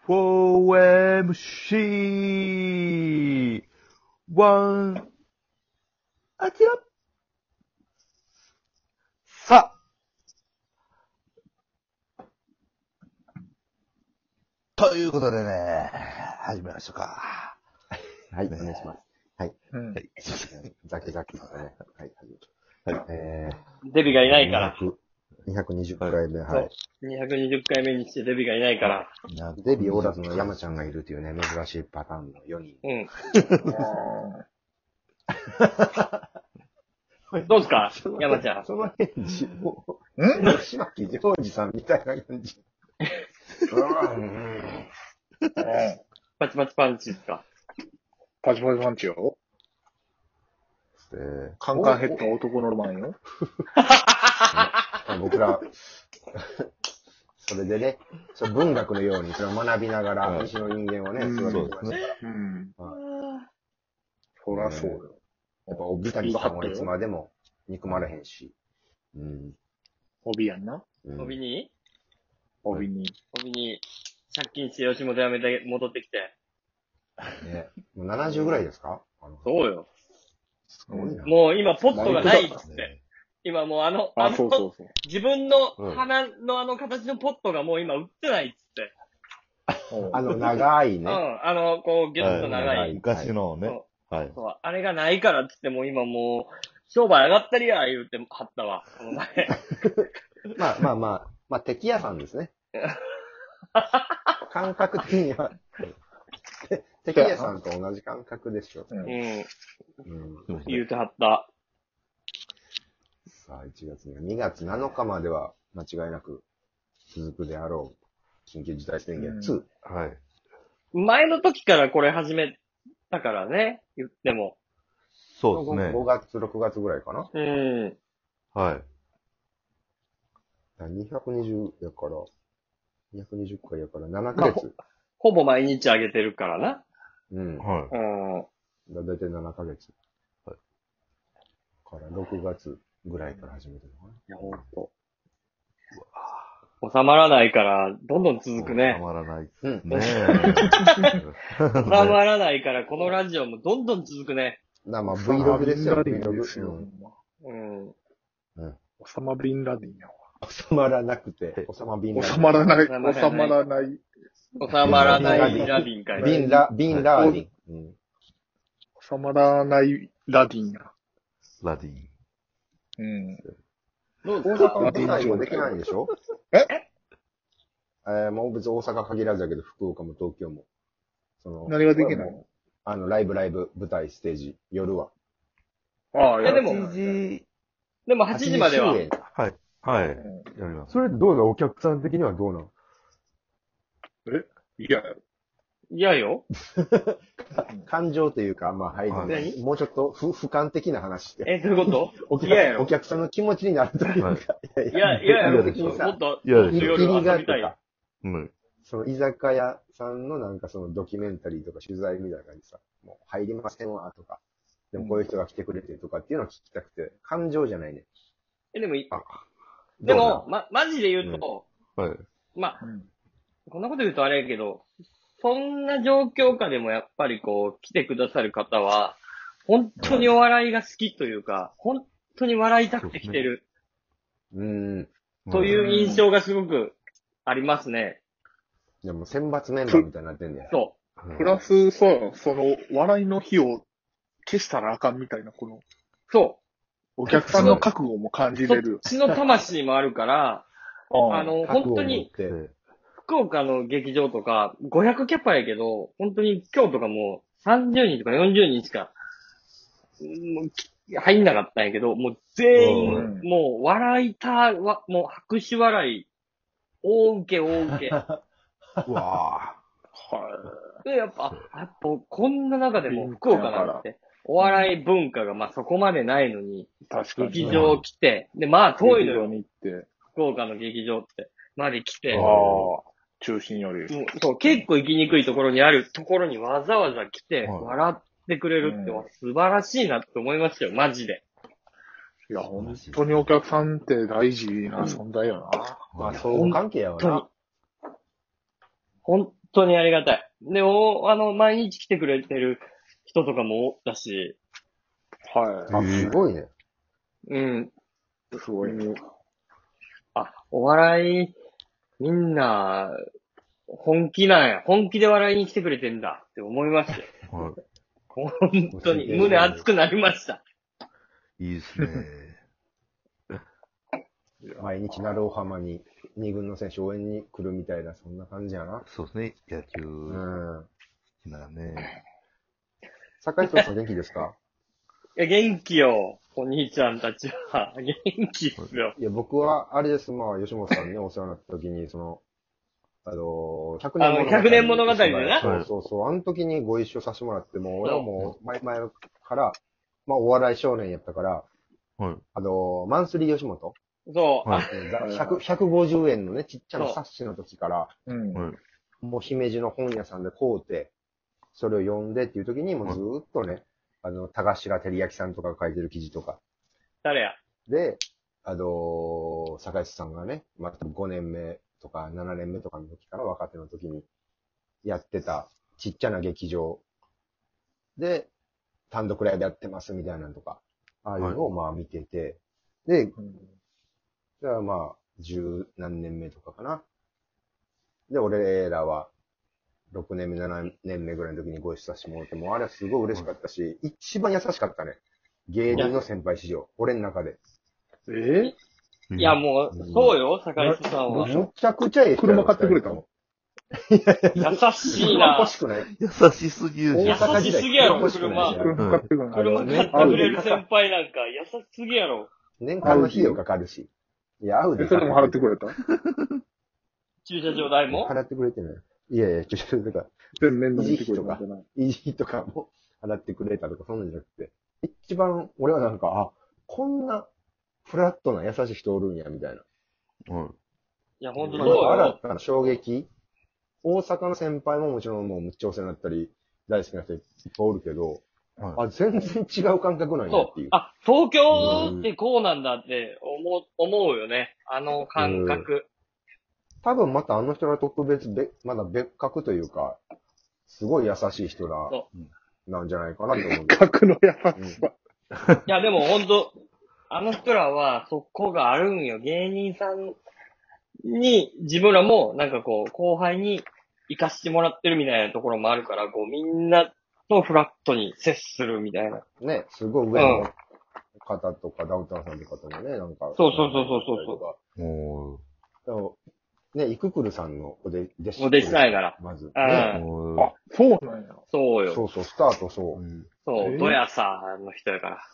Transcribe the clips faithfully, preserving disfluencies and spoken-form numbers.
フォーエムシー ワン、あちらさあということでね、始めましょうか。 はい、お願いします。はい。 うん。はい。 ザキザキですね。はい。はい。えー、デビがいないから。 にひゃくにじゅっかいめ、はい。 にひゃくにじゅっかいめにしてデビがいないから。 デビおらずの山ちゃんがいるというね、珍しいパターンのよにん。 うん。どうですか山ちゃん。 その返事も、ん島木ジョージさんみたいな感じ。 パチパチパンチですか。 パチパチパンチよ。カンカンヘッド男のロマンよ。 僕ら、それでね、そ文学のようにそれを学びながら、西の人間をね、育ててましたから。うん。 そらそうよ。 やっぱ、帯谷さんはいつまでも憎まれへんし。 うん。帯やんな。 帯に帯に。 帯に、借金して吉本辞めて戻ってきて。 ね。もうななじゅうぐらいですか？ そうよ。 すごいな。 もう今ポットがないっつって。今もうあの、あの、 そうそうそう。 自分の鼻のあの形のポットがもう今売ってないっつって。 あの長いね。 うん。あの、こう、ギュッと長い。 昔のね。 はい。そう。あれがないからっつってもう今もう、商売上がったりや言うてはったわ、この前。 まあまあまあ、まあ敵屋さんですね。感覚的には。敵屋さんと同じ感覚でしょ。 うん。うん。 うん、 言うてはった。 さあ、いちがつにはにがつなのかまでは間違いなく続くであろう緊急事態宣言ツー。うん、 はい。 前の時からこれ始めたからね、言っても。 そうですね。 ごがつ、ろくがつぐらいかな。 うん。 はい。 にひゃくにじゅうやから、にひゃくにじゅっかいやからななかげつ。まあ、 ほ, ほぼ毎日あげてるからな。 うん。 はい。 うん。だいたいななかげつ。はい。からろくがつぐらいから始めてるのかな。いや、ほんと。収まらないから、どんどん続くね。 収まらない。 うん。 ねえ。 収まらないから、このラジオもどんどん続くね。 な、まあ、Vlog ですよ、Vlog。 うん。 うん。オサマビンラディンやわ。 収まらなくて、オサマビンラディン。 収まらない、収まらない。 収まらないラディンかい。 ビンラ、ビンラーディン。うん。 収まらないラディンや。 ラディン。 うん。 大阪の舞台もできないんでしょ？ ええー、もう別に大阪限らずだけど、福岡も東京も。 その何ができないの？ あの、ライブライブ、舞台、ステージ、夜は。 ああ、いや、 でも、 はちじ、 でもはちじまでは。 はい。はい。やります。 それどうなの？お客さん的にはどうなの？ えいや。 嫌よ。 感情というか、まあ、入る。もうちょっとふ俯瞰的な話で。 え、どういうことお客やお客さんの気持ちになるというか。 いや、いや、いや、的にさ、もっと、 入りがとか。 うん。 その居酒屋さんのなんかそのドキュメンタリーとか取材みたいな感じさ、もう入りませんわとか、でもこういう人が来てくれてとかっていうのを聞きたくて、感情じゃないね。 え、でもいい。でも、ま、マジで言うと、 うん、はい。 まあ、うん、こんなこと言うとあれやけど、そんな状況下でもやっぱりこう、来てくださる方は、本当にお笑いが好きというか、本当に笑いたくて来てる。 うーん。 という印象がすごくありますね。 でも選抜メンバーみたいになってんだよ。 そう。 プラス、そう、その、笑いの火を消したらあかんみたいな、この。 そう。 お客さんの覚悟も感じれる。 そっちの魂もあるから、あの、本当に、福岡の劇場とか、ごひゃくキャパやけど、本当に今日とかもうさんじゅうにんとかよんじゅうにんしか、もう入んなかったんやけど、もう全員、もう笑いた、わもう拍手笑い、大受け大受け。 うわぁ。はい。 で、やっぱ、やっぱこんな中でも福岡なんて、お笑い文化がまあそこまでないのに、 確かに劇場来て、で、まあ遠いのよ。 に行って。 福岡の劇場って、まで来て。 ああ。中心より。 そう、結構行きにくいところにあるところにわざわざ来て、笑ってくれるって素晴らしいなって思いましたよ、マジで。 いや、本当にお客さんって大事な存在よな。 まあ、相互関係やわな。 本当にありがたい。で、お、あの、毎日来てくれてる人とかもおったし、 はあ、すごいね。 うん。 い。すごいね。 あ、お笑い、みんな、本気なんや。本気で笑いに来てくれてんだって思いましたよ。 は本当に、胸熱くなりました。 い。いいですね。 毎日、鳴尾浜に二軍の選手応援に来るみたいな、そんな感じやな。 そうですね。野球うん。 好きならね。 坂井さん元気ですか？ いや、元気よ。お兄ちゃんたちは。元気っすよ。 いや、僕は、あれです。まあ、吉本さんにお世話になった時に、その、あの、100 あのひゃくねん物語でなそうそうそう。あの時にご一緒させてもらっても、俺はもう、前々から、まあ、お笑い少年やったから、 はい。 あの、マンスリー吉本そう。 はいあひゃく、ひゃくごじゅうえんのね、ちっちゃな冊子の時から、 うん。 はい。 もう姫路の本屋さんで買うて、それを読んでっていう時に、もうずーっとね、あの、田頭照明さんとかが書いてる記事とか。 誰や。 で、あのー、坂井さんがね、またごねんめとかななねんめとかの時から若手の時にやってたちっちゃな劇場で単独ライブやってますみたいなのとか、ああいうのをまあ見てて、で、じゃあまあ、十何年目とかかな。で、俺らはろくねんめ、ななねんめぐらいの時にご一緒させてもらって、もうあれはすごい嬉しかったし、一番優しかったね。芸人の先輩史上、俺の中で。 えいや、もう、そうよ、坂井さんは。 むちゃくちゃええ人やろ車買ってくれたの？ 優しいな欲。しくない。 優しすぎるじ優ゃん。 しすぎやろ、 欲しくないし車。 車買ってくれたの？ 車買ってくれる先輩なんか、優しすぎやろ。 年間の費用かかるし。いや、会うで。 えそれも払ってくれた？ 駐車場代も払ってくれてない。いやいや、ちょっと、だから、 全面倒見てくれたんじゃない？ 維持費とかも払ってくれたとか、そんなんじゃなくて、一番、俺はなんか、あ、こんな、フラットな優しい人おるんや、みたいな。 はい。 いや、ほんとそまあ、 うよ。 新たな衝撃。大阪の先輩ももちろんもうむっちゃお世話になったり、大好きな人いっぱいおるけど、 はい。 あ、全然違う感覚なんやっていう。。 そうあ、東京ってこうなんだって思う、思うよね。あの感覚。 多分またあの人が特別べ、まだ別格というか、すごい優しい人だ、 そなんじゃないかなと思う。 格の優しさ。 いや、でもほんと、あの人らはそこがあるんよ。芸人さんに自分らもなんかこう、後輩に行かしてもらってるみたいなところもあるから、こう、みんなとフラットに接するみたいな。 ね、すごい上の方とか、ダウンタウンさんとかともね、なんか。 そうそうそうそうそうおでもね、イククルさんのおで弟子。 お弟子なんやから。 まず。 うんー。 ね。 おーあ、そうなんや。 そうよ。 そうそう、スタートそうう。 んそう、 えードヤさの人やから。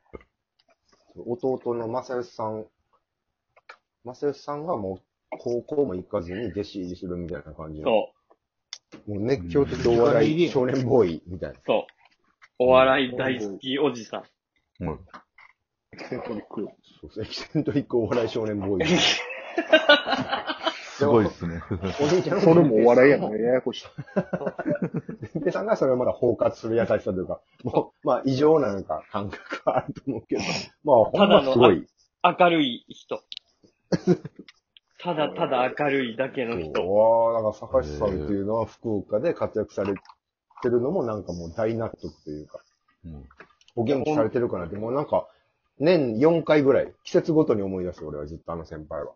弟の正義さん、正義さんがもう高校も行かずに弟子入りするみたいな感じの。 そう。 もう熱狂的お笑い少年ボーイみたいな。 そう。お笑い大好きおじさん。 はい。 エキセントリック。 そうそう、エキセントリックお笑い少年ボーイ。 すごいですね。 お兄ちゃんのそれもお笑いやのややこしい。 でさんがそれをまだ包括する優しさというか、もう、まあ異常ななんか感覚はあると思うけど、まあほんますごい。 明るい人。ただただ明るいだけの人。 わあ、なんか坂下さんっていうのは福岡で活躍されてるのもなんかもう大納得というか、 うんお元気されてるかなって、もうなんか、年よんかいぐらい、季節ごとに思い出す俺はずっとあの先輩は。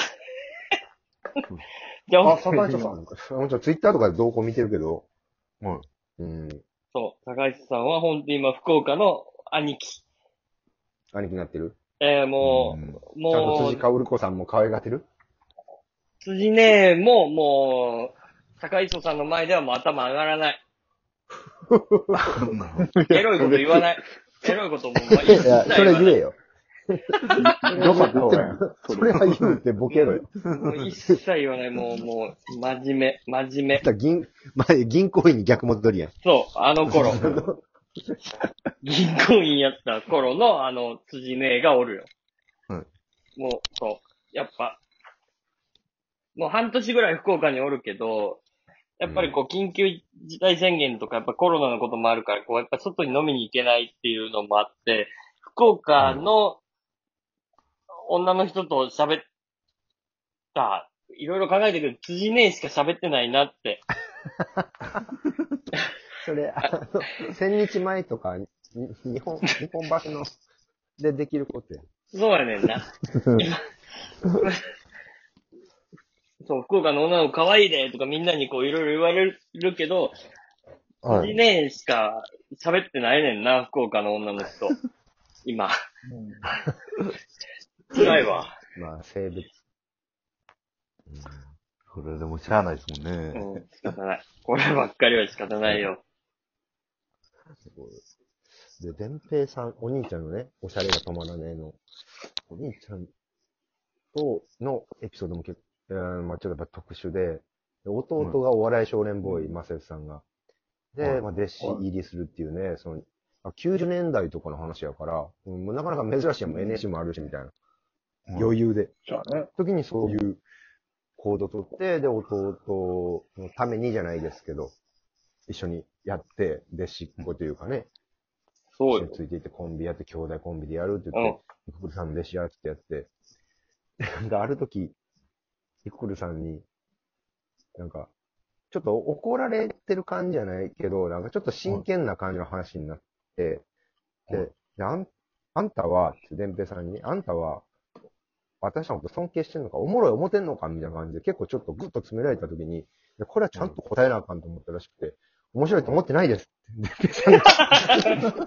じゃあ、 あ、坂下さん、もちろんツイッターとかで動向見てるけど、 はい。 うん、 そう、高橋さんは本当に今福岡の兄貴。 兄貴になってるえー、もうんう、 ちゃんともう、 辻かおる子さんも可愛がってる辻ねも、もう、高磯さんの前ではもう頭上がらない。エロいこと言わない。エロいことも、まあ、一切いや、それ言えよ。 どこどうやそれは言うてボケろよ。 もう一切言わない。もう、もう、真面目、真面目。 だ銀、前、銀行員に逆戻りやん。 そう、あの頃。銀行員やった頃の、あの、辻姉がおるよ。 はいもう、そう。やっぱ、もう半年ぐらい福岡におるけど、やっぱりこう、緊急事態宣言とか、やっぱコロナのこともあるから、こう、やっぱ外に飲みに行けないっていうのもあって、福岡の女の人と喋ったいろいろ考えてるけど、辻姉しか喋ってないなって。 それ、あの、千日前とか、に日本、日本橋の、でできることや。 そうやねんな。そう、福岡の女の子可愛いでとかみんなにこういろいろ言われるけど、 はい辻姉しか喋ってないねんな、福岡の女の人。今。辛いわ。 まあ、性別。 うん、それでもしゃあないですもんね。 うん、仕方ない。こればっかりは仕方ないよ。 で、伝平さん、お兄ちゃんのね、おしゃれが止まらねえの、お兄ちゃんとのエピソードも結構、うん、まあちょっとやっぱ特殊で、で弟がお笑い少年ボーイ、正義さんが。で、まあ弟子入りするっていうね、その、きゅうじゅうねんだいとかの話やから、うん、なかなか珍しいもん、エヌエスシー もあるし、みたいな。余裕で。 じゃあね。 時にそういう行動をとって、で、弟のためにじゃないですけど、一緒にやって、弟子っ子というかね、 そうよ。 一緒についていってコンビやって、兄弟コンビでやるって言って、イククルさんの弟子やってやって、なんかある時、イククルさんに、なんか、ちょっと怒られてる感じじゃないけど、なんかちょっと真剣な感じの話になって、で、であん、あんたは、伝平さんに、あんたは、私のこと尊敬してんのか、おもろい思ってんのかみたいな感じで、結構ちょっとグッと詰められた時に、これはちゃんと答えなあかんと思ったらしくて、面白いと思ってないですって、伝平さんが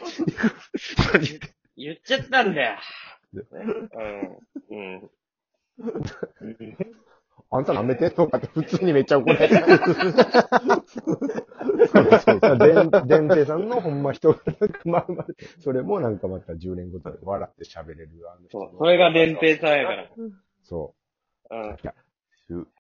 言っちゃったんだよ。うん。うん。 あんた舐めてとかって普通にめっちゃ怒られてる。伝平さんのほんま人がなんかまあまあ、それもなんかまたじゅうねんごとに笑って喋れる。 そう。それが伝平さんやから。 そう。 うん。